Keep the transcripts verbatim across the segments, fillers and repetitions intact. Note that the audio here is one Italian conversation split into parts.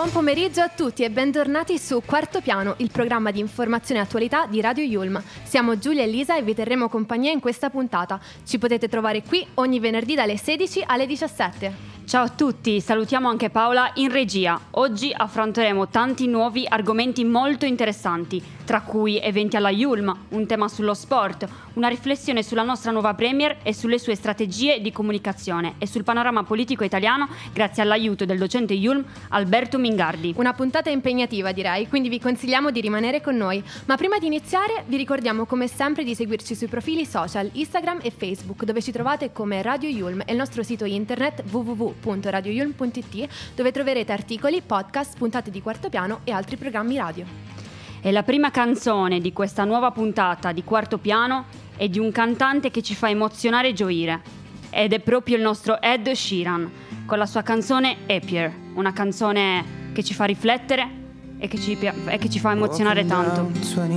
Buon pomeriggio a tutti e bentornati su Quarto Piano, il programma di informazione e attualità di Radio Yulm. Siamo Giulia e Lisa e vi terremo compagnia in questa puntata. Ci potete trovare qui ogni venerdì dalle sedici alle diciassette. Ciao a tutti, salutiamo anche Paola in regia. Oggi affronteremo tanti nuovi argomenti molto interessanti, tra cui eventi alla Yulm, un tema sullo sport, una riflessione sulla nostra nuova Premier e sulle sue strategie di comunicazione e sul panorama politico italiano grazie all'aiuto del docente Yulm Alberto Mingardi. Una puntata impegnativa, direi, quindi vi consigliamo di rimanere con noi. Ma prima di iniziare vi ricordiamo come sempre di seguirci sui profili social Instagram e Facebook, dove ci trovate come Radio Yulm, e il nostro sito internet w w w punto radio yulm punto i t, dove troverete articoli, podcast, puntate di Quarto Piano e altri programmi radio. E la prima canzone di questa nuova puntata di Quarto Piano è di un cantante che ci fa emozionare e gioire, ed è proprio il nostro Ed Sheeran con la sua canzone Happier, una canzone che ci fa riflettere e che ci, e che ci fa emozionare tanto.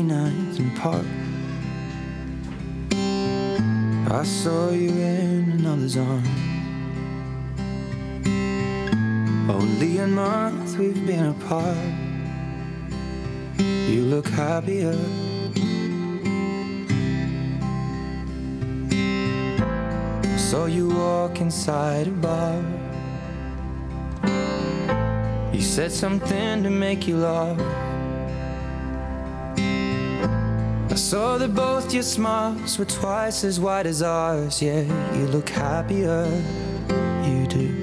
I saw you in another's arms. Only a month we've been apart. You look happier. Saw you walk inside a bar. You said something to make you laugh. I saw that both your smiles were twice as wide as ours. Yeah, you look happier, you do.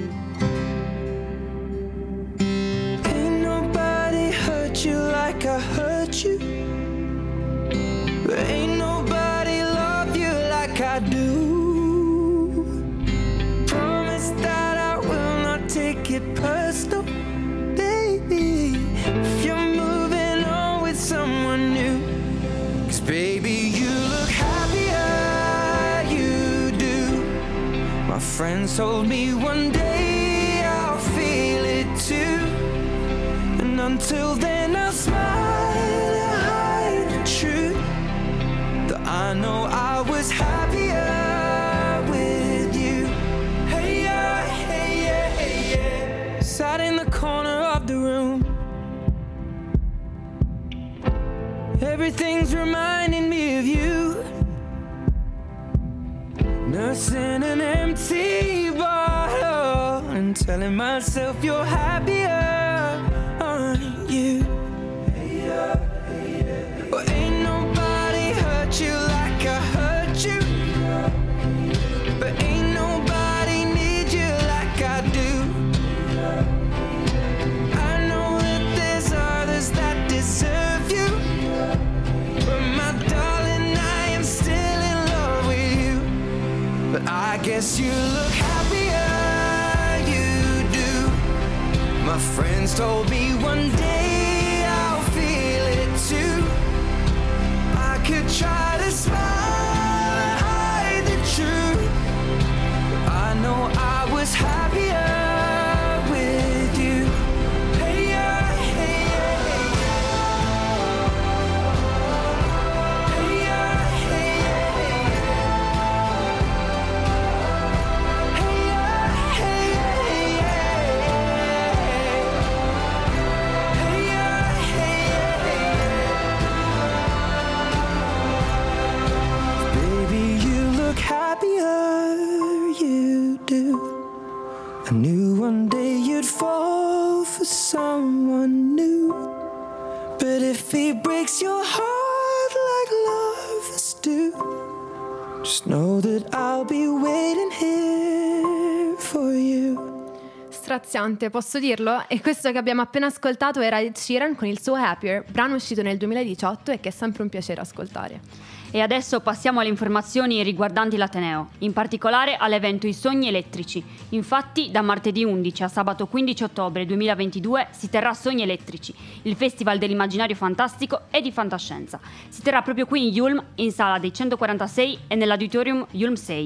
You like I hurt you, but ain't nobody love you like I do. Promise that I will not take it personal, baby, if you're moving on with someone new. 'Cause baby, you look happier, you do. My friends told me one day I'll feel it too. Until then I'll smile and hide the truth that I know I was happier with you. Hey yeah, hey yeah, hey yeah. Sat in the corner of the room. Everything's reminding me of you. Nursing an empty bottle and telling myself you're happier. You. Hey, yeah, hey, yeah. Well, ain't nobody hurt you like I hurt you, but ain't nobody need you like I do. I know that there's others that deserve you, but my darling, I am still in love with you. But I guess you look happier, you do. My friends told me one day I'll feel it too. I could try to smile and hide the truth. I know I was happier with you. Hey yeah, hey yeah, hey yeah. Hey yeah, hey yeah, hey yeah. Hey yeah, hey yeah, hey yeah. Happier, you do. I knew one day you'd fall for someone new, but if he breaks your heart like lovers do, just know that I'll be waiting here for you. Straziante, posso dirlo? E questo che abbiamo appena ascoltato era Ed Sheeran con il suo Happier, brano uscito nel duemiladiciotto e che è sempre un piacere ascoltare. E adesso passiamo alle informazioni riguardanti l'Ateneo, in particolare all'evento I Sogni Elettrici. Infatti, da martedì undici a sabato quindici ottobre duemilaventidue si terrà Sogni Elettrici, il festival dell'immaginario fantastico e di fantascienza. Si terrà proprio qui in Yulm, in sala dei centoquarantasei e nell'auditorium Yulm sei.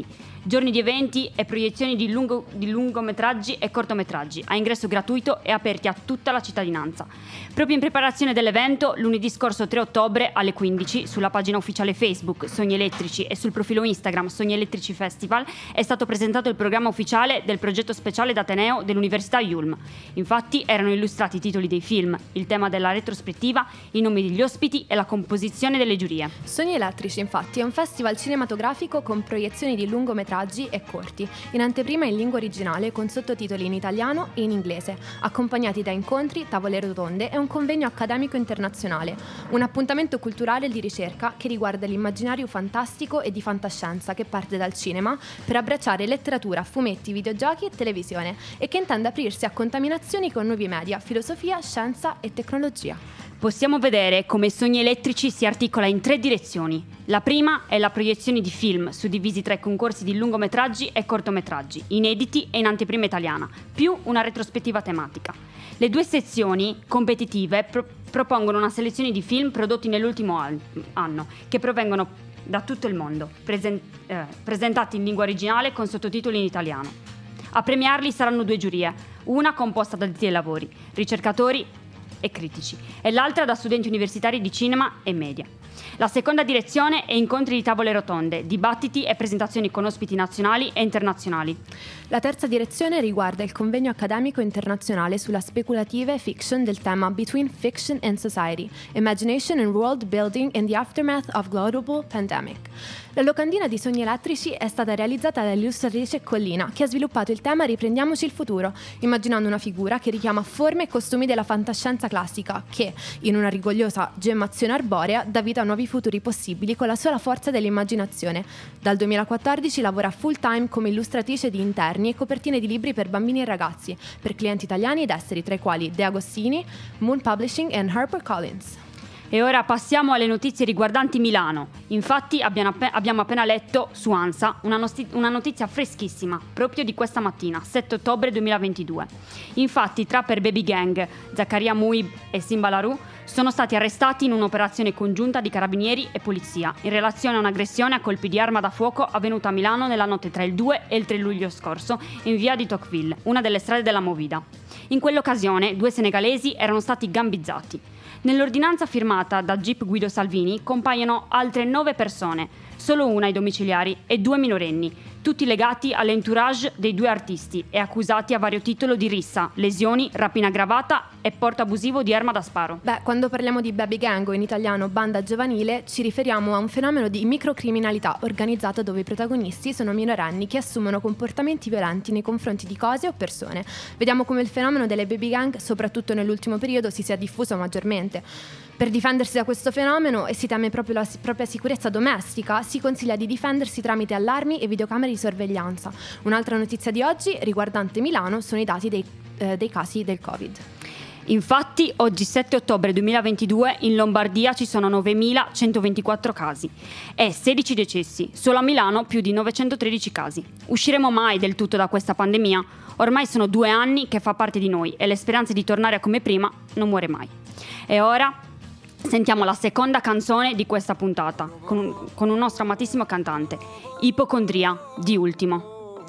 giorni di eventi e proiezioni di, lungo, di lungometraggi e cortometraggi a ingresso gratuito e aperti a tutta la cittadinanza. Proprio in preparazione dell'evento, lunedì scorso tre ottobre alle quindici, sulla pagina ufficiale Facebook Sogni Elettrici e sul profilo Instagram Sogni Elettrici Festival è stato presentato il programma ufficiale del progetto speciale d'Ateneo dell'Università Yulm. Infatti erano illustrati i titoli dei film, il tema della retrospettiva, i nomi degli ospiti e la composizione delle giurie. Sogni Elettrici, infatti, è un festival cinematografico con proiezioni di lungometraggi e corti, in anteprima in lingua originale con sottotitoli in italiano e in inglese, accompagnati da incontri, tavole rotonde e un convegno accademico internazionale, un appuntamento culturale di ricerca che riguarda l'immaginario fantastico e di fantascienza che parte dal cinema per abbracciare letteratura, fumetti, videogiochi e televisione e che intende aprirsi a contaminazioni con nuovi media, filosofia, scienza e tecnologia. Possiamo vedere come Sogni Elettrici si articola in tre direzioni. La prima è la proiezione di film, suddivisi tra i concorsi di lungometraggi e cortometraggi, inediti e in anteprima italiana, più una retrospettiva tematica. Le due sezioni competitive pro- propongono una selezione di film prodotti nell'ultimo al- anno, che provengono da tutto il mondo, presen- eh, presentati in lingua originale con sottotitoli in italiano. A premiarli saranno due giurie, una composta da addetti ai lavori, ricercatori e critici, e l'altra da studenti universitari di cinema e media. La seconda direzione è incontri di tavole rotonde, dibattiti e presentazioni con ospiti nazionali e internazionali. La terza direzione riguarda il convegno accademico internazionale sulla speculative fiction del tema Between Fiction and Society, Imagination and World Building in the Aftermath of Global Pandemic. La locandina di Sogni Elettrici è stata realizzata dall'illustratrice Collina, che ha sviluppato il tema Riprendiamoci il futuro, immaginando una figura che richiama forme e costumi della fantascienza classica, che, in una rigogliosa gemmazione arborea, dà vita a nuovi futuri possibili con la sola forza dell'immaginazione. Dal duemilaquattordici lavora full time come illustratrice di interni e copertine di libri per bambini e ragazzi, per clienti italiani ed esteri, tra i quali De Agostini, Moon Publishing e HarperCollins. E ora passiamo alle notizie riguardanti Milano. Infatti abbiamo, app- abbiamo appena letto su ANSA una, nosti- una notizia freschissima, proprio di questa mattina, sette ottobre duemilaventidue. Infatti trapper Baby Gang, Zaccaria Muib e Simba Larue sono stati arrestati in un'operazione congiunta di carabinieri e polizia in relazione a un'aggressione a colpi di arma da fuoco avvenuta a Milano nella notte tra il due e il tre luglio scorso in via di Tocqueville, una delle strade della Movida. In quell'occasione due senegalesi erano stati gambizzati. Nell'ordinanza firmata da G I P Guido Salvini compaiono altre nove persone, solo una ai domiciliari e due minorenni, tutti legati all'entourage dei due artisti e accusati a vario titolo di rissa, lesioni, rapina aggravata e porto abusivo di arma da sparo. Beh, quando parliamo di baby gang o in italiano banda giovanile, ci riferiamo a un fenomeno di microcriminalità organizzata dove i protagonisti sono minorenni che assumono comportamenti violenti nei confronti di cose o persone. Vediamo come il fenomeno delle baby gang, soprattutto nell'ultimo periodo, si sia diffuso maggiormente. Per difendersi da questo fenomeno, e si teme proprio la propria sicurezza domestica, si consiglia di difendersi tramite allarmi e videocamere di sorveglianza. Un'altra notizia di oggi riguardante Milano sono i dati dei, eh, dei casi del Covid. Infatti, oggi sette ottobre duemilaventidue in Lombardia ci sono novemilacentoventiquattro casi e sedici decessi, solo a Milano più di novecentotredici casi. Usciremo mai del tutto da questa pandemia? Ormai sono due anni che fa parte di noi e le speranze di tornare come prima non muore mai. E ora sentiamo la seconda canzone di questa puntata con un, con un nostro amatissimo cantante, Ipocondria, di Ultimo.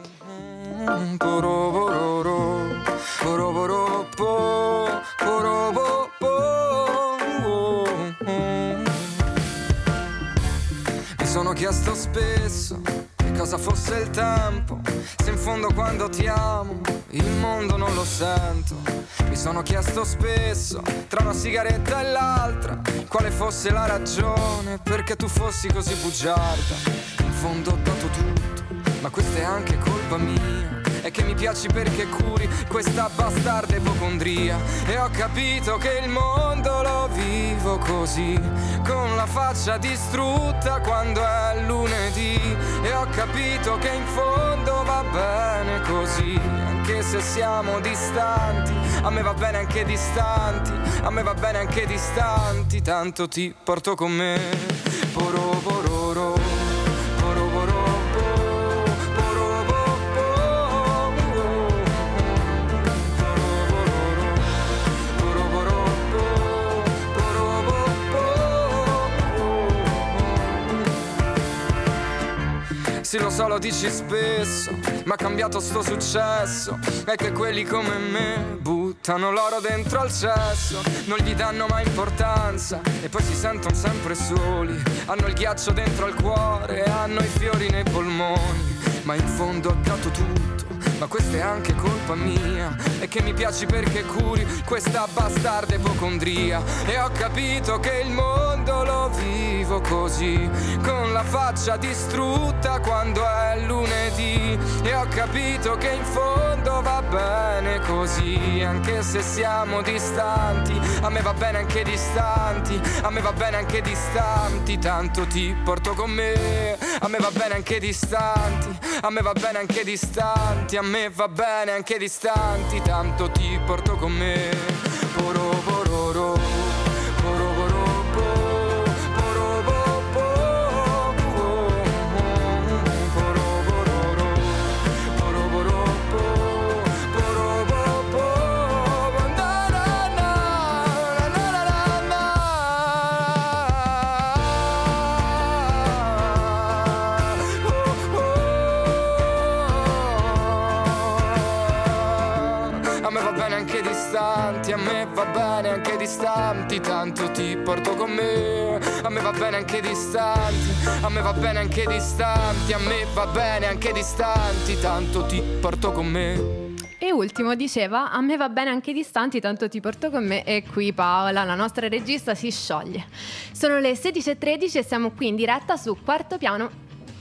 Mi sono chiesto spesso che cosa fosse il tempo, se in fondo quando ti amo il mondo non lo sento. Mi sono chiesto spesso tra una sigaretta e l'altra quale fosse la ragione perché tu fossi così bugiarda. In fondo ho dato tutto, ma questa è anche colpa mia, è che mi piaci perché curi questa bastarda ipocondria. E ho capito che il mondo lo vivo così, con la faccia distrutta quando è lunedì. E ho capito che in fondo va bene così, anche se siamo distanti. A me va bene anche distanti, a me va bene anche distanti. Tanto ti porto con me. Poro pororo. Sì, lo so, lo dici spesso, ma ha cambiato sto successo. È che quelli come me buttano l'oro dentro al cesso, non gli danno mai importanza e poi si sentono sempre soli. Hanno il ghiaccio dentro al cuore, hanno i fiori nei polmoni, ma in fondo ho dato tutto, ma questa è anche colpa mia. E che mi piaci perché curi questa bastarda ipocondria. E ho capito che il mondo lo vivo così, con la faccia distrutta quando è lunedì. E ho capito che in fondo va bene così, anche se siamo distanti. A me va bene anche distanti, a me va bene anche distanti, tanto ti porto con me. A me va bene anche distanti, a me va bene anche distanti, a me va bene anche distanti, tanto ti porto con me. Poro pororo, poro poro po, poro po po, poro pororo, poro poro po, poro po po, na na na na na na. A me va bene anche distanti, a me va bene anche distanti, tanto ti porto con me. A me va bene anche distanti, a me va bene anche distanti, a me va bene anche distanti, tanto ti porto con me. E ultimo diceva: a me va bene anche distanti, tanto ti porto con me. E qui Paola, la nostra regista, si scioglie. Sono le sedici e tredici e siamo qui in diretta su Quarto Piano.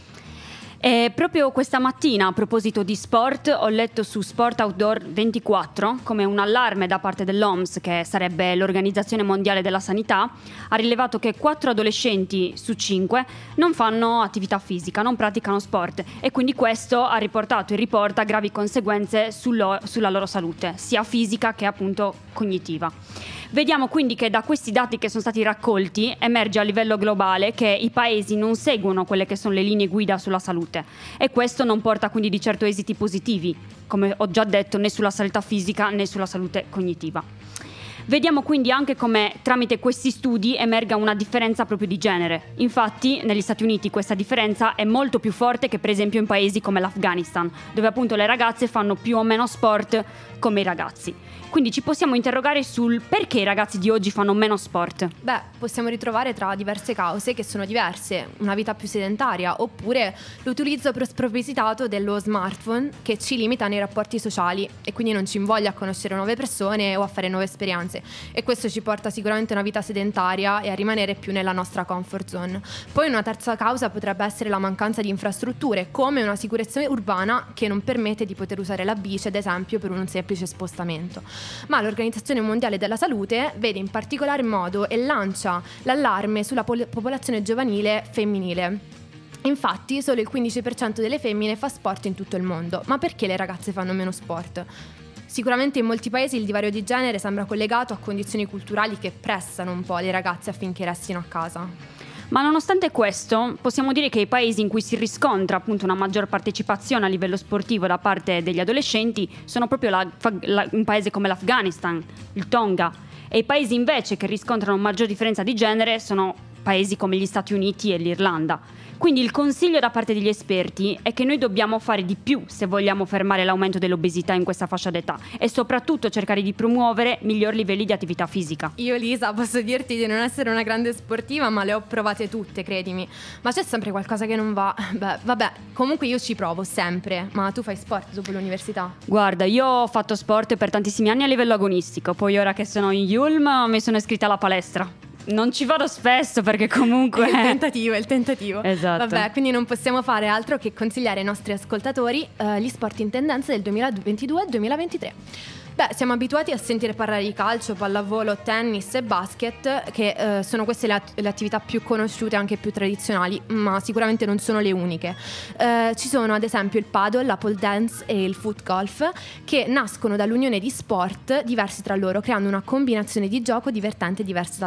E proprio questa mattina, a proposito di sport, ho letto su Sport Outdoor ventiquattro come un allarme da parte dell'O M S, che sarebbe l'Organizzazione Mondiale della Sanità, ha rilevato che quattro adolescenti su cinque non fanno attività fisica, non praticano sport, e quindi questo ha riportato e riporta gravi conseguenze sullo, sulla loro salute, sia fisica che appunto cognitiva. Vediamo quindi che da questi dati che sono stati raccolti emerge a livello globale che i paesi non seguono quelle che sono le linee guida sulla salute, e questo non porta quindi di certo esiti positivi, come ho già detto, né sulla salute fisica né sulla salute cognitiva. Vediamo quindi anche come tramite questi studi emerga una differenza proprio di genere. Infatti negli Stati Uniti questa differenza è molto più forte che per esempio in paesi come l'Afghanistan, dove appunto le ragazze fanno più o meno sport come i ragazzi. Quindi ci possiamo interrogare sul perché i ragazzi di oggi fanno meno sport. Beh, possiamo ritrovare tra diverse cause che sono diverse: una vita più sedentaria, oppure l'utilizzo spropositato dello smartphone che ci limita nei rapporti sociali e quindi non ci invoglia a conoscere nuove persone o a fare nuove esperienze, e questo ci porta sicuramente a una vita sedentaria e a rimanere più nella nostra comfort zone. Poi una terza causa potrebbe essere la mancanza di infrastrutture, come una sicurezza urbana che non permette di poter usare la bici, ad esempio, per un semplice spostamento. Ma l'Organizzazione Mondiale della Salute vede in particolar modo e lancia l'allarme sulla pol- popolazione giovanile femminile. Infatti solo il quindici per cento delle femmine fa sport in tutto il mondo. Ma perché le ragazze fanno meno sport? Sicuramente in molti paesi il divario di genere sembra collegato a condizioni culturali che pressano un po' le ragazze affinché restino a casa. Ma nonostante questo, possiamo dire che i paesi in cui si riscontra appunto una maggior partecipazione a livello sportivo da parte degli adolescenti sono proprio la, la, un paese come l'Afghanistan, il Tonga, e i paesi invece che riscontrano maggior differenza di genere sono paesi come gli Stati Uniti e l'Irlanda. Quindi il consiglio da parte degli esperti è che noi dobbiamo fare di più se vogliamo fermare l'aumento dell'obesità in questa fascia d'età, e soprattutto cercare di promuovere miglior livelli di attività fisica. Io, Lisa, posso dirti di non essere una grande sportiva, ma le ho provate tutte, credimi. Ma c'è sempre qualcosa che non va. Beh, vabbè, comunque io ci provo sempre. Ma tu fai sport dopo l'università? Guarda, io ho fatto sport per tantissimi anni a livello agonistico, poi ora che sono in Yulm mi sono iscritta alla palestra. Non ci vado spesso perché comunque... È il tentativo, è il tentativo. Esatto. Vabbè, quindi non possiamo fare altro che consigliare ai nostri ascoltatori uh, gli sport in tendenza del duemilaventidue duemilaventitré. Beh, siamo abituati a sentire parlare di calcio, pallavolo, tennis e basket, che eh, sono queste le, at- le attività più conosciute, anche più tradizionali, ma sicuramente non sono le uniche. Eh, ci sono ad esempio il paddle, la pole dance e il foot golf, che nascono dall'unione di sport diversi tra loro, creando una combinazione di gioco divertente e diversa dal solito.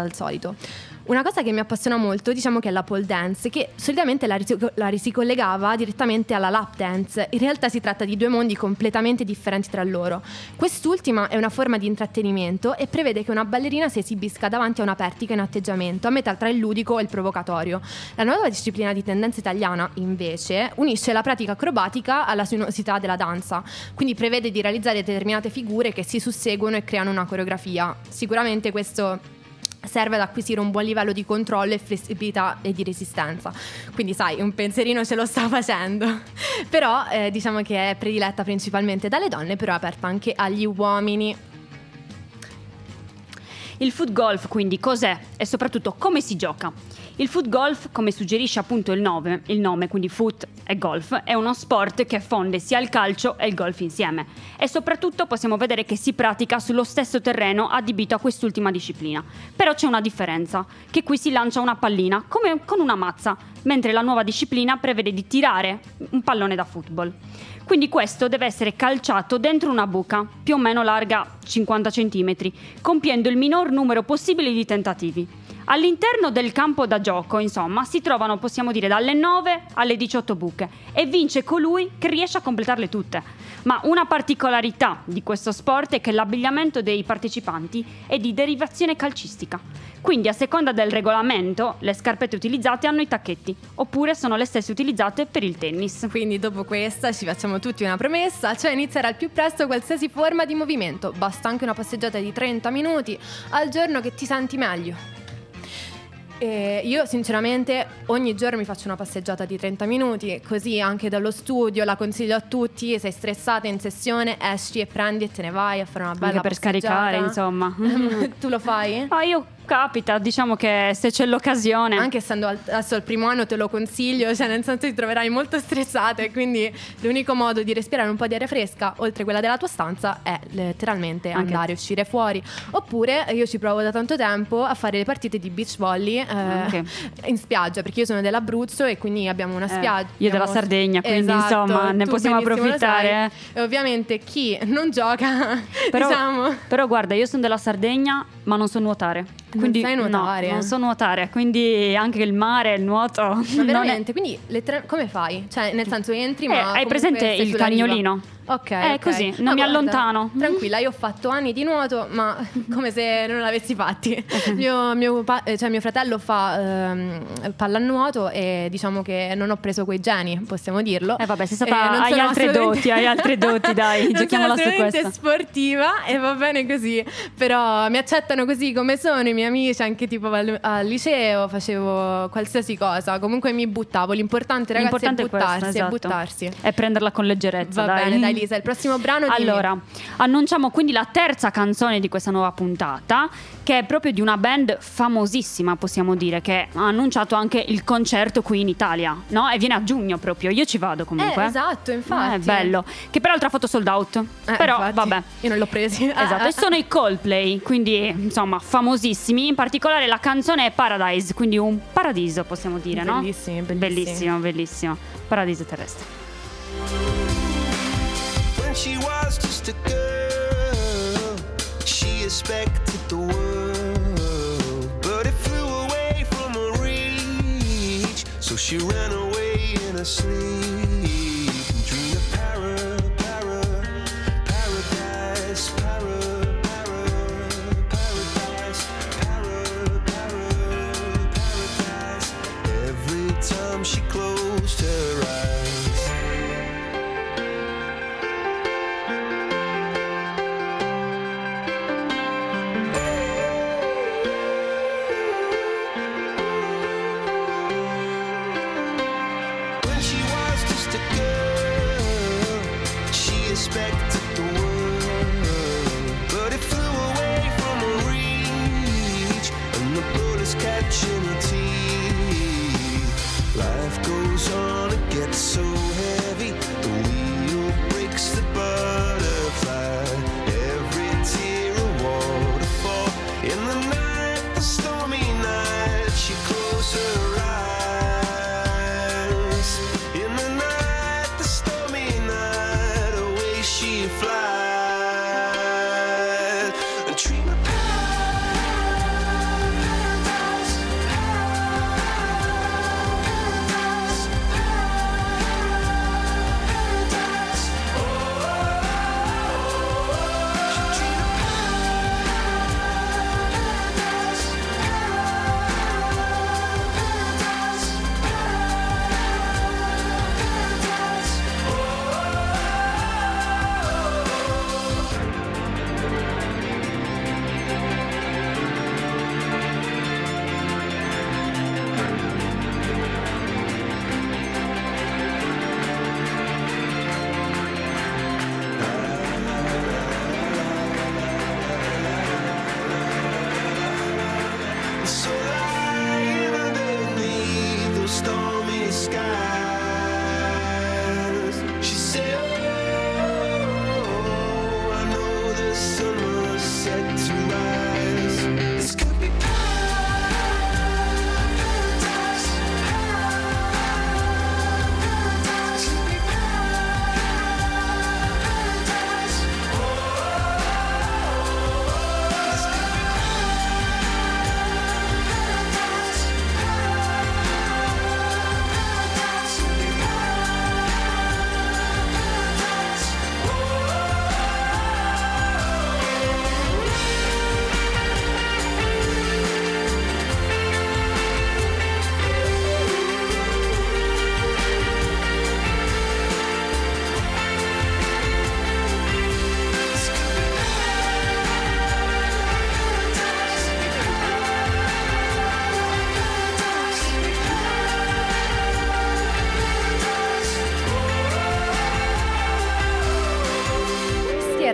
movimento. Una cosa che mi appassiona molto, diciamo che è la pole dance, che solitamente la, risi- la si collegava direttamente alla lap dance. In realtà si tratta di due mondi completamente differenti tra loro. Quest'ultima è una forma di intrattenimento e prevede che una ballerina si esibisca davanti a una pertica in atteggiamento, a metà tra il ludico e il provocatorio. La nuova disciplina di tendenza italiana, invece, unisce la pratica acrobatica alla sinuosità della danza, quindi prevede di realizzare determinate figure che si susseguono e creano una coreografia. Sicuramente questo serve ad acquisire un buon livello di controllo e flessibilità e di resistenza, quindi sai, un pensierino ce lo sta facendo. Però eh, diciamo che è prediletta principalmente dalle donne, però è aperta anche agli uomini. Il foot golf quindi cos'è e soprattutto come si gioca? Il foot golf, come suggerisce appunto il nome, il nome, quindi foot e golf, è uno sport che fonde sia il calcio e il golf insieme e soprattutto possiamo vedere che si pratica sullo stesso terreno adibito a quest'ultima disciplina. Però c'è una differenza, che qui si lancia una pallina come con una mazza, mentre la nuova disciplina prevede di tirare un pallone da football. Quindi questo deve essere calciato dentro una buca, più o meno larga cinquanta centimetri, compiendo il minor numero possibile di tentativi. All'interno del campo da gioco, insomma, si trovano, possiamo dire, dalle nove alle diciotto buche e vince colui che riesce a completarle tutte. Ma una particolarità di questo sport è che l'abbigliamento dei partecipanti è di derivazione calcistica. Quindi a seconda del regolamento le scarpette utilizzate hanno i tacchetti, oppure sono le stesse utilizzate per il tennis. Quindi dopo questa ci facciamo tutti una promessa, cioè iniziare al più presto qualsiasi forma di movimento. Basta anche una passeggiata di trenta minuti al giorno che ti senti meglio. E io sinceramente ogni giorno mi faccio una passeggiata di trenta minuti, così anche dallo studio la consiglio a tutti. Sei stressata in sessione, esci e prendi e te ne vai a fare una bella anche per passeggiata. Scaricare, insomma. Tu lo fai? Ah, io capita, diciamo che se c'è l'occasione. Anche essendo al- adesso al primo anno te lo consiglio, cioè nel senso ti troverai molto stressata e quindi l'unico modo di respirare un po' di aria fresca oltre quella della tua stanza è letteralmente Anche. andare, uscire fuori. Oppure io ci provo da tanto tempo a fare le partite di beach volley eh, Anche. in spiaggia, perché io sono dell'Abruzzo e quindi abbiamo una Eh, spiaggia. io della abbiamo- Sardegna, quindi, Esatto, insomma, ne tu possiamo benissimo lo approfittare, sai. eh. E ovviamente chi non gioca Però, diciamo però guarda, io sono della Sardegna ma non so nuotare. Quindi, sai nuotare? No, non so nuotare, quindi anche il mare, il nuoto. Ma non è- veramente, quindi letter- come fai? Cioè nel senso entri Eh, ma hai comunque presente sei il sulla riva. cagnolino? Ok, Eh, ok. così, non No, mi guarda, allontano. Tranquilla, io ho fatto anni di nuoto, ma come se non l'avessi fatti. mio, mio, pa- eh, cioè mio fratello fa ehm, pallanuoto e diciamo che non ho preso quei geni, possiamo dirlo. Eh vabbè, sei Eh, stata, non hai sono altre assolutamente- doti, hai altre doti, dai, non giochiamola sono su assolutamente questa. sportiva e va bene così, però mi accettano così come sono i miei amici, anche tipo al, al liceo facevo qualsiasi cosa, comunque mi buttavo, l'importante ragazzi L'importante è è questo, buttarsi, è esatto. buttarsi. È prenderla con leggerezza, Va dai. bene, dai Lisa, il prossimo brano dimmi. Allora, annunciamo quindi la terza canzone di questa nuova puntata, che è proprio di una band famosissima, possiamo dire, che ha annunciato anche il concerto qui in Italia, no? E viene a giugno proprio, io ci vado comunque. Eh, esatto, infatti. Eh, bello. Che peraltro ha fatto sold out. Eh, Però, infatti, vabbè. io non l'ho presi. Esatto, Ah, e sono i Coldplay, quindi insomma famosissimi. In particolare la canzone è Paradise, quindi un paradiso possiamo dire, no? Bellissimi, bellissimi. Bellissimo, bellissimo. Paradiso terrestre. When she was just a girl, she expected the world, but it flew away from her reach. So she ran away in her sleep, dreamed of para, para, paradise, para, para, paradise, para, para, paradise. Every time she closed her eyes. When she was just a girl, she expected the world, but it flew away from her reach, and the bullets catching her teeth. Life goes on, it gets so heavy, the wheel breaks the butterfly. Every tear a waterfall. In the night, the stormy night, she closed her eyes. In the night, the stormy night, away she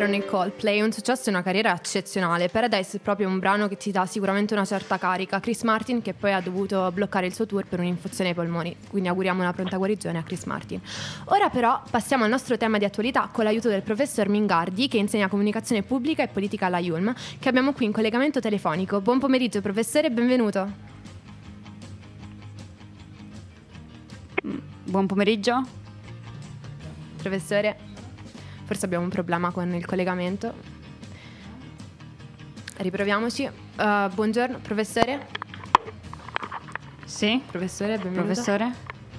erano i Coldplay, un successo e una carriera eccezionale. Paradise è proprio un brano che ti dà sicuramente una certa carica. Chris Martin che poi ha dovuto bloccare il suo tour per un'infezione ai polmoni, quindi auguriamo una pronta guarigione a Chris Martin. Ora però passiamo al nostro tema di attualità con l'aiuto del professor Mingardi, che insegna comunicazione pubblica e politica alla U L M, che abbiamo qui in collegamento telefonico. Buon pomeriggio professore, benvenuto. Buon pomeriggio. Professore, forse abbiamo un problema con il collegamento. Riproviamoci. Uh, buongiorno, professore. Sì. Professore, benvenuto. Professore.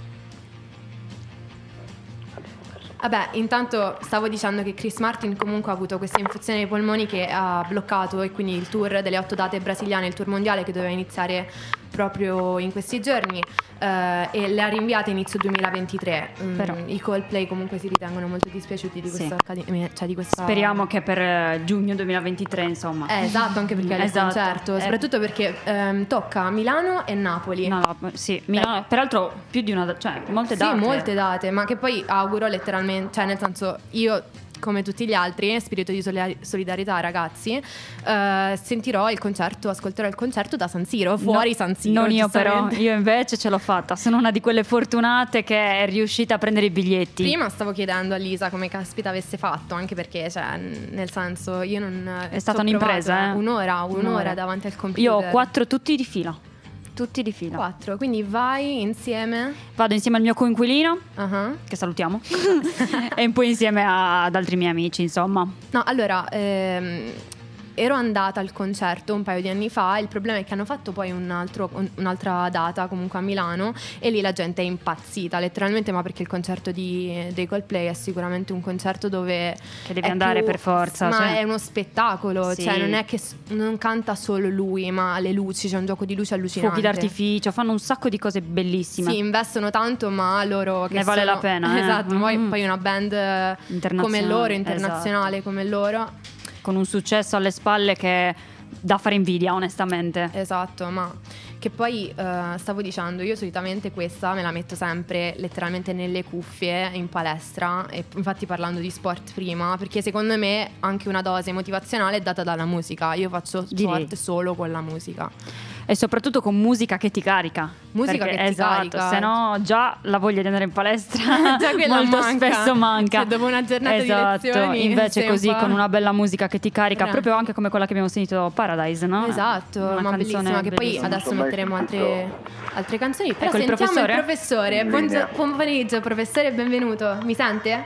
Vabbè, intanto stavo dicendo che Chris Martin comunque ha avuto questa infezione ai polmoni che ha bloccato e quindi il tour delle otto date brasiliane, il tour mondiale che doveva iniziare proprio in questi giorni eh, e le ha rinviate inizio duemilaventitré. Mm, Però. I Coldplay comunque si ritengono molto dispiaciuti di questa, Sì. accademia, cioè di questa... Speriamo che per eh, giugno duemilaventitré, insomma. Eh, esatto, anche perché è il Esatto. concerto, Eh. soprattutto perché ehm, tocca Milano e Napoli. No, no, sì, Milano, peraltro più di una, cioè molte date. Sì, molte date, ma che poi auguro letteralmente, cioè nel senso io come tutti gli altri, spirito di solidar- solidarietà ragazzi, eh, sentirò il concerto, ascolterò il concerto da San Siro, fuori No, San Siro. Non io però, giustamente. io invece ce l'ho fatta, sono una di quelle fortunate che è riuscita a prendere i biglietti. Prima stavo chiedendo a Lisa come caspita avesse fatto, anche perché cioè nel senso io non... È stata ci ho un'impresa, provato eh. un'ora, un'ora, Un'ora. davanti al computer. Io ho quattro tutti di fila, tutti di fila. Quattro, quindi vai insieme. Vado insieme al mio coinquilino, Uh-huh. che salutiamo, e poi insieme a- ad altri miei amici, insomma. No, allora, ehm, ero andata al concerto un paio di anni fa. Il problema è che hanno fatto poi un altro, un- un'altra data comunque a Milano e lì la gente è impazzita letteralmente, ma perché il concerto di, dei Coldplay è sicuramente un concerto dove Che devi è andare più- per forza, ma cioè. è uno spettacolo, Sì. cioè non è che s- non canta solo lui, ma le luci, c'è un gioco di luci allucinante. Fuochi d'artificio, fanno un sacco di cose bellissime. Sì, investono tanto, ma loro che Ne vale sono- la pena, eh. Esatto, poi, Mm. poi una band eh, Internazionale, come loro, internazionale esatto. come loro. Con un successo alle spalle che da fare invidia, onestamente. Esatto, ma che poi eh, stavo dicendo, io solitamente questa me la metto sempre letteralmente nelle cuffie in palestra, e infatti parlando di sport prima, perché secondo me anche una dose motivazionale è data dalla musica. Io faccio Direi. sport solo con la musica. E soprattutto con musica che ti carica. Musica Perché, che ti esatto, carica. se no già la voglia di andare in palestra Già quella molto manca. spesso manca. Cioè, dopo una giornata di esatto. lezioni Invece sei un così po'- con una bella musica che ti carica, Eh. proprio anche come quella che abbiamo sentito, Paradise, no? Esatto, Una ma canzone bellissima, che poi bellissima. adesso metteremo altre, altre canzoni. Però Ecco il sentiamo professore. il professore. Buongio- buon pomeriggio professore, benvenuto. Mi sente?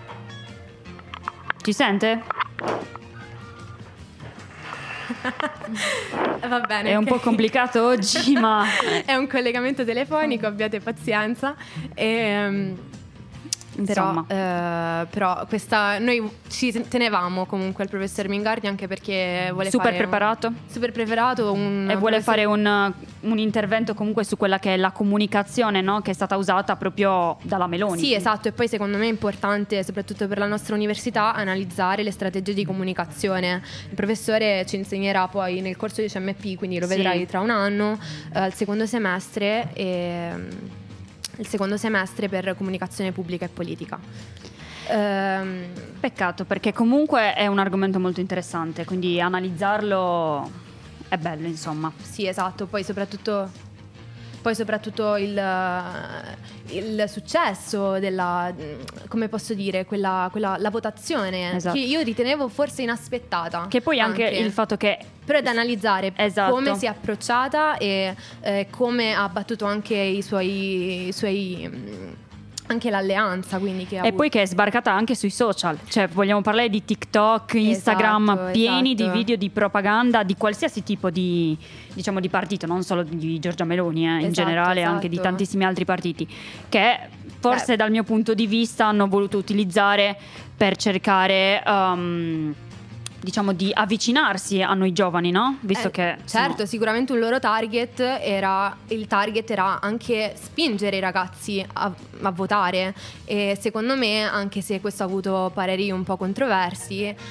Ci sente? Va bene. È un ok. po' complicato oggi, ma È un collegamento telefonico, abbiate pazienza. E, insomma. Però, eh, però questa, noi ci tenevamo comunque al professor Mingardi, anche perché vuole super fare preparato. un, super preparato un, E vuole professor- fare un, un intervento comunque su quella che è la comunicazione, no? Che è stata usata proprio dalla Meloni. Sì, esatto, e poi secondo me è importante, soprattutto per la nostra università, analizzare le strategie di comunicazione. Il professore ci insegnerà poi nel corso di C M P, quindi lo Sì. vedrai tra un anno, eh, al secondo semestre, e, mm, il secondo semestre per comunicazione pubblica e politica. Ehm, Peccato, perché comunque è un argomento molto interessante, quindi analizzarlo è bello, insomma. sì, esatto, poi soprattutto... Poi soprattutto il, il successo della, come posso dire, quella, quella, la votazione, Esatto. che io ritenevo forse inaspettata. Che poi anche, il fatto che Però è da analizzare Esatto. come si è approcciata e eh, come ha battuto anche i suoi, i suoi mh, anche l'alleanza, quindi che ha e avuto. poi che è sbarcata anche sui social, cioè vogliamo parlare di TikTok, Instagram, Esatto, pieni esatto. di video di propaganda di qualsiasi tipo di, diciamo, di partito, non solo di Giorgia Meloni, eh, in Esatto, generale anche di esatto. tantissimi altri partiti, che forse Beh. dal mio punto di vista hanno voluto utilizzare per cercare um, diciamo di avvicinarsi a noi giovani, no? Visto Eh, che certo, sono- sicuramente un loro target era il target era anche spingere i ragazzi a, a votare, e secondo me, anche se questo ha avuto pareri un po' controversi, eh,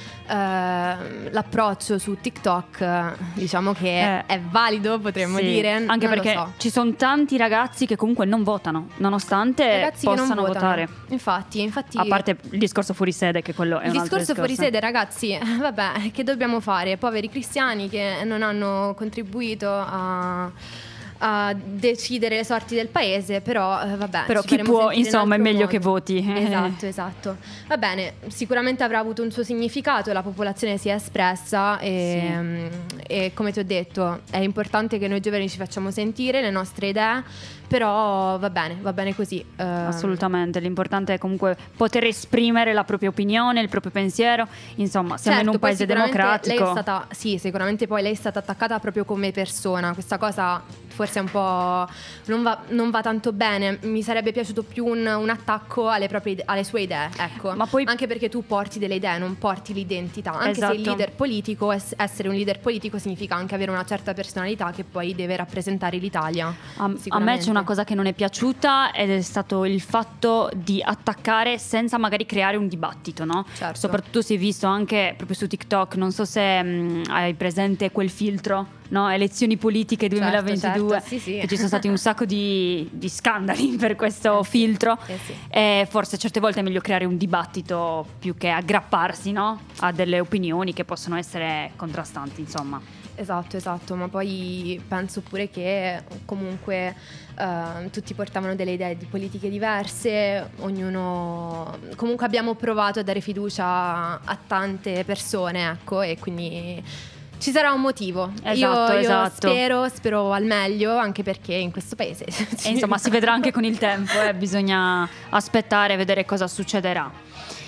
l'approccio su TikTok, eh, diciamo che Eh, è valido, potremmo sì, dire, anche non lo perché so. ci sono tanti ragazzi che comunque non votano, nonostante Ragazzi che non possano votano. votare. Infatti, infatti A parte il discorso fuori sede, che quello è il un altro discorso fuori discorso. sede, ragazzi, eh, vabbè, che dobbiamo fare? Poveri cristiani che non hanno contribuito a, a decidere le sorti del paese, però eh, vabbè. Però ci chi faremo può, sentire in insomma, è altro meglio modo. che voti. Esatto, esatto. Va bene, sicuramente avrà avuto un suo significato, la popolazione si è espressa e, mm, e come ti ho detto è importante che noi giovani ci facciamo sentire le nostre idee, però va bene, va bene così. eh, Assolutamente, l'importante è comunque poter esprimere la propria opinione, il proprio pensiero. Insomma, siamo Certo, in un poi paese sicuramente democratico. Lei è stata, sì, sicuramente poi lei è stata attaccata proprio come persona. Questa cosa forse è un po' non va, non va tanto bene. Mi sarebbe piaciuto più un, un attacco alle proprie ide- alle sue idee, ecco. Ma poi- anche perché tu porti delle idee, non porti l'identità. Anche Esatto. se il leader politico, es- essere un leader politico significa anche avere una certa personalità che poi deve rappresentare l'Italia. A, a me sicuramente. c'è una cosa che non è piaciuta ed è stato il fatto di attaccare senza magari creare un dibattito, no? Certo. Soprattutto si è visto anche proprio su TikTok, non so se mh, hai presente quel filtro, no? Elezioni politiche duemilaventidue, certo, sì, sì. che ci sono stati un sacco di, di scandali per questo Eh sì, filtro. eh sì. E forse certe volte è meglio creare un dibattito più che aggrapparsi, no? A delle opinioni che possono essere contrastanti, insomma. Esatto, esatto, ma poi penso pure che comunque eh, tutti portavano delle idee di politiche diverse, ognuno comunque abbiamo provato a dare fiducia a tante persone, ecco, e quindi ci sarà un motivo. Esatto, io, io esatto. spero, spero al meglio, anche perché in questo paese E insomma si vedrà anche con il tempo, eh, bisogna aspettare e vedere cosa succederà.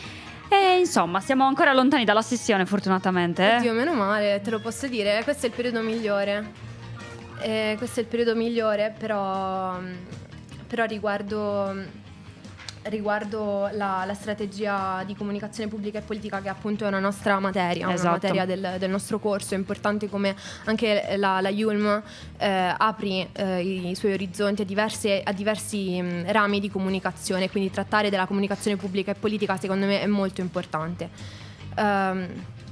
E insomma siamo ancora lontani dalla sessione, fortunatamente. eh. Oddio, meno male, te lo posso dire, questo è il periodo migliore. Eh, questo è il periodo migliore, però, però riguardo, riguardo la, la strategia di comunicazione pubblica e politica, che appunto è una nostra materia, Esatto. una materia del, del nostro corso, è importante come anche la, la Yulm eh, apri eh, i suoi orizzonti a, diverse, a diversi mh, rami di comunicazione, quindi trattare della comunicazione pubblica e politica secondo me è molto importante. Ehm,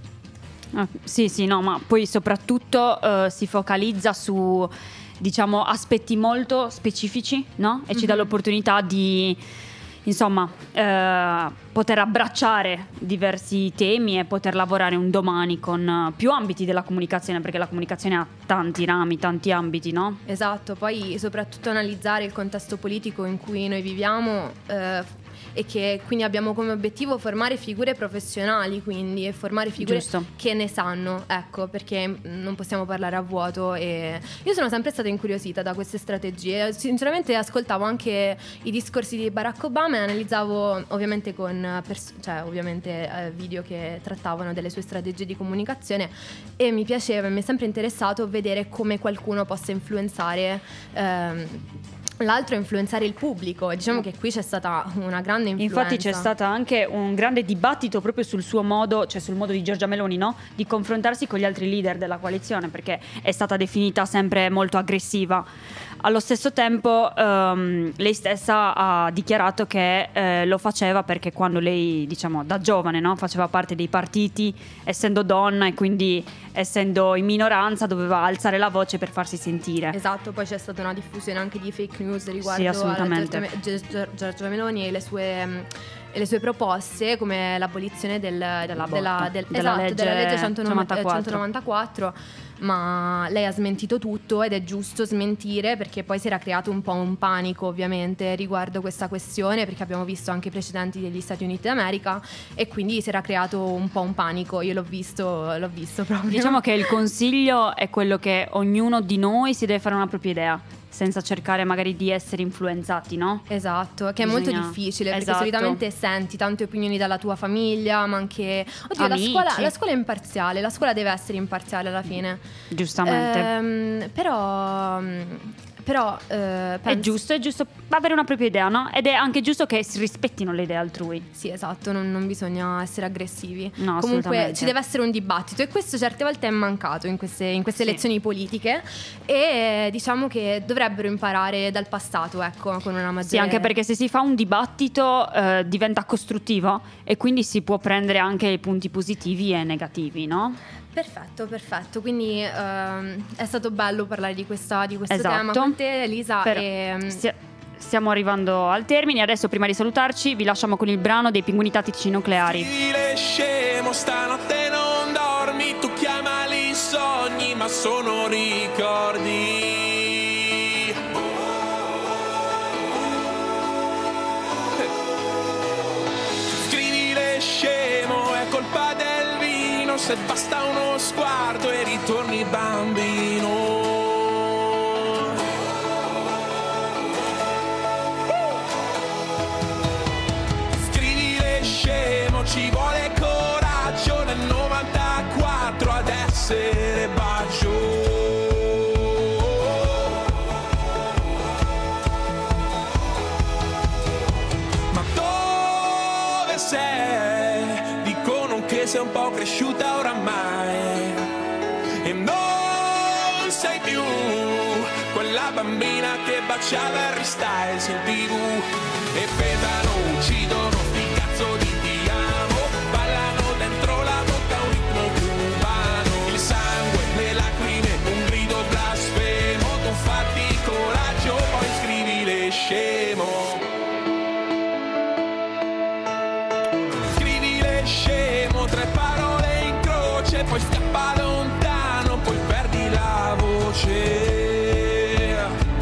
Ah, sì, sì, no, ma poi soprattutto eh, si focalizza su, diciamo, aspetti molto specifici, no? E ci dà Mhm. l'opportunità di, insomma, eh, poter abbracciare diversi temi e poter lavorare un domani con eh, più ambiti della comunicazione, perché la comunicazione ha tanti rami, tanti ambiti, no? Esatto, poi soprattutto analizzare il contesto politico in cui noi viviamo eh, e che quindi abbiamo come obiettivo formare figure professionali, quindi e formare figure Giusto. che ne sanno, ecco, perché mm, non possiamo parlare a vuoto. E io sono sempre stata incuriosita da queste strategie. Sinceramente ascoltavo anche i discorsi di Barack Obama e analizzavo ovviamente con pers- cioè ovviamente eh, video che trattavano delle sue strategie di comunicazione, e mi piaceva, mi è sempre interessato vedere come qualcuno possa influenzare ehm, l'altro, influenzare il pubblico. Diciamo che qui c'è stata una grande influenza. Infatti c'è stato anche un grande dibattito proprio sul suo modo, cioè sul modo di Giorgia Meloni, no? Di confrontarsi con gli altri leader della coalizione, perché è stata definita sempre molto aggressiva. Allo stesso tempo ehm, lei stessa ha dichiarato che eh, lo faceva perché quando lei, diciamo, da giovane, no? Faceva parte dei partiti, essendo donna e quindi essendo in minoranza doveva alzare la voce per farsi sentire. Esatto, poi c'è stata una diffusione anche di fake news riguardo Sì, alla assolutamente. Giorgia, Me- Gior- Giorgia Meloni e le sue, mh, e le sue proposte, come l'abolizione del, Dell'aborto, della, del, della esatto, legge della legge centonovantaquattro. centonovantaquattro. Ma lei ha smentito tutto, ed è giusto smentire, perché poi si era creato un po' un panico ovviamente riguardo questa questione, perché abbiamo visto anche i precedenti degli Stati Uniti d'America, e quindi si era creato un po' un panico. Io l'ho visto, l'ho visto proprio. Diciamo che il consiglio è quello che ognuno di noi si deve fare una propria idea, senza cercare magari di essere influenzati, no? Esatto, che è Bisogna- molto difficile, perché Esatto. solitamente senti tante opinioni dalla tua famiglia, ma anche oddio, la Amici. scuola, la scuola è imparziale, la scuola deve essere imparziale alla fine. Giustamente. Ehm, però però eh, penso... È giusto, è giusto avere una propria idea, no? Ed è anche giusto che si rispettino le idee altrui. Sì, esatto, non, non bisogna essere aggressivi. No, comunque ci deve essere un dibattito, e questo certe volte è mancato in queste, in queste Sì. elezioni politiche, e diciamo che dovrebbero imparare dal passato, ecco, con una maggiore... Sì, anche perché se si fa un dibattito eh, diventa costruttivo, e quindi si può prendere anche i punti positivi e negativi, no? Perfetto, perfetto. Quindi ehm, è stato bello parlare di, questa, di questo Esatto. tema con te, Elisa. Però e, stia- stiamo arrivando al termine. Adesso, prima di salutarci, vi lasciamo con il brano dei Pinguini Tattici Nucleari. Stile scemo, stanotte non dormi, tu chiamali sogni, ma sono ricordi. Scrivile scemo, è colpa del vino, se basta uno sguardo e ritorni bambino. Ci vuole coraggio nel novantaquattro ad essere bacio. Ma dove sei? Dicono che sei un po' cresciuta oramai e non sei più quella bambina che baciava Harry Styles in tv. E pesano, uccidono, sti cazzo di scemo. Scrivile scemo, tre parole in croce, poi scappa lontano, poi perdi la voce.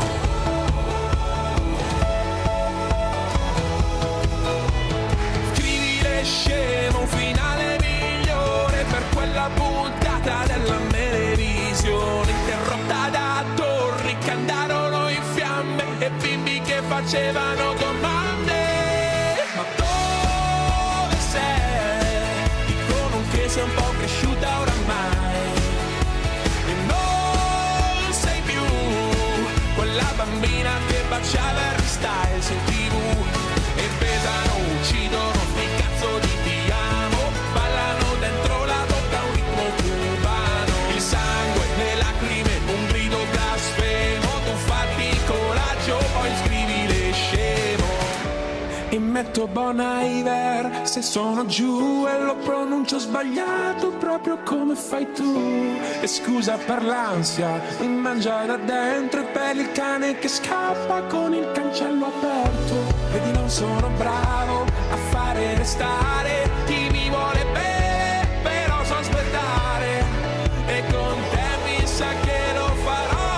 Scrivile scemo, un finale migliore per quella puntata della televisione, interrotta da torri che andarono in fiamme e bimbi che facevano domande. Ma dove sei? Dicono che sei un po' cresciuta oramai e non sei più quella bambina che baciava Harry Styles in tv. E pesano, uccidono, sti cazzo di ti amo, ballano dentro la bocca un ritmo cubano. Il sangue, le lacrime, un grido blasfemo, tu fatti coraggio, poi scrivile scemo. E metto Bon Iver se sono giù e lo pronuncio sbagliato proprio come fai tu. E scusa per l'ansia, mi mangia da dentro, e per il cane che scappa con il cancello aperto. Vedi, non sono bravo a fare restare chi mi vuole bene, però so aspettare, e con te mi sa che lo farò.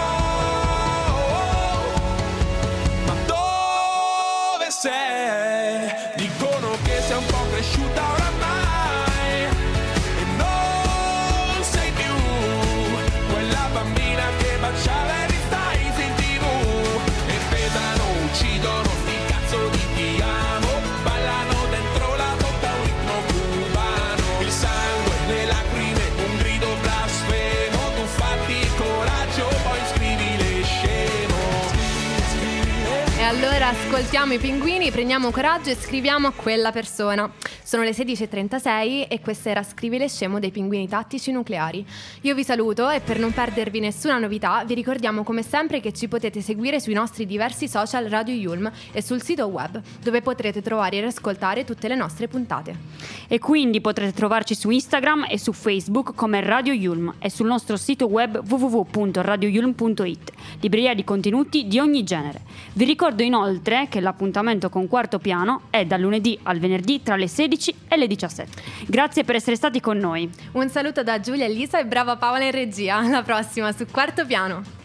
Ma dove sei? Dicono che sei un po' cresciuta oramai e non sei più quella bambina che baciava Harry Styles in tv. E pesano, uccidono, sti cazzo di ti amo, ballano dentro la bocca un ritmo cubano. Il sangue, le lacrime, un grido blasfemo, tu fatti coraggio, poi scrivile scemo. E allora ascoltiamo i Pinguini, prendiamo coraggio e scriviamo a quella persona. Sono le sedici e trentasei e questa era Scrivile scemo dei Pinguini Tattici Nucleari. Io vi saluto e per non perdervi nessuna novità vi ricordiamo come sempre che ci potete seguire sui nostri diversi social Radio Yulm e sul sito web, dove potrete trovare e ascoltare tutte le nostre puntate. E quindi potrete trovarci su Instagram e su Facebook come Radio Yulm e sul nostro sito web w w w punto radio yulm punto i t, libreria di contenuti di ogni genere. Vi ricordo inoltre che l'appuntamento con Quarto Piano è dal lunedì al venerdì tra le sedici e le diciassette. Grazie per essere stati con noi. Un saluto da Giulia e Lisa e brava Paola in regia. Alla prossima su Quarto Piano.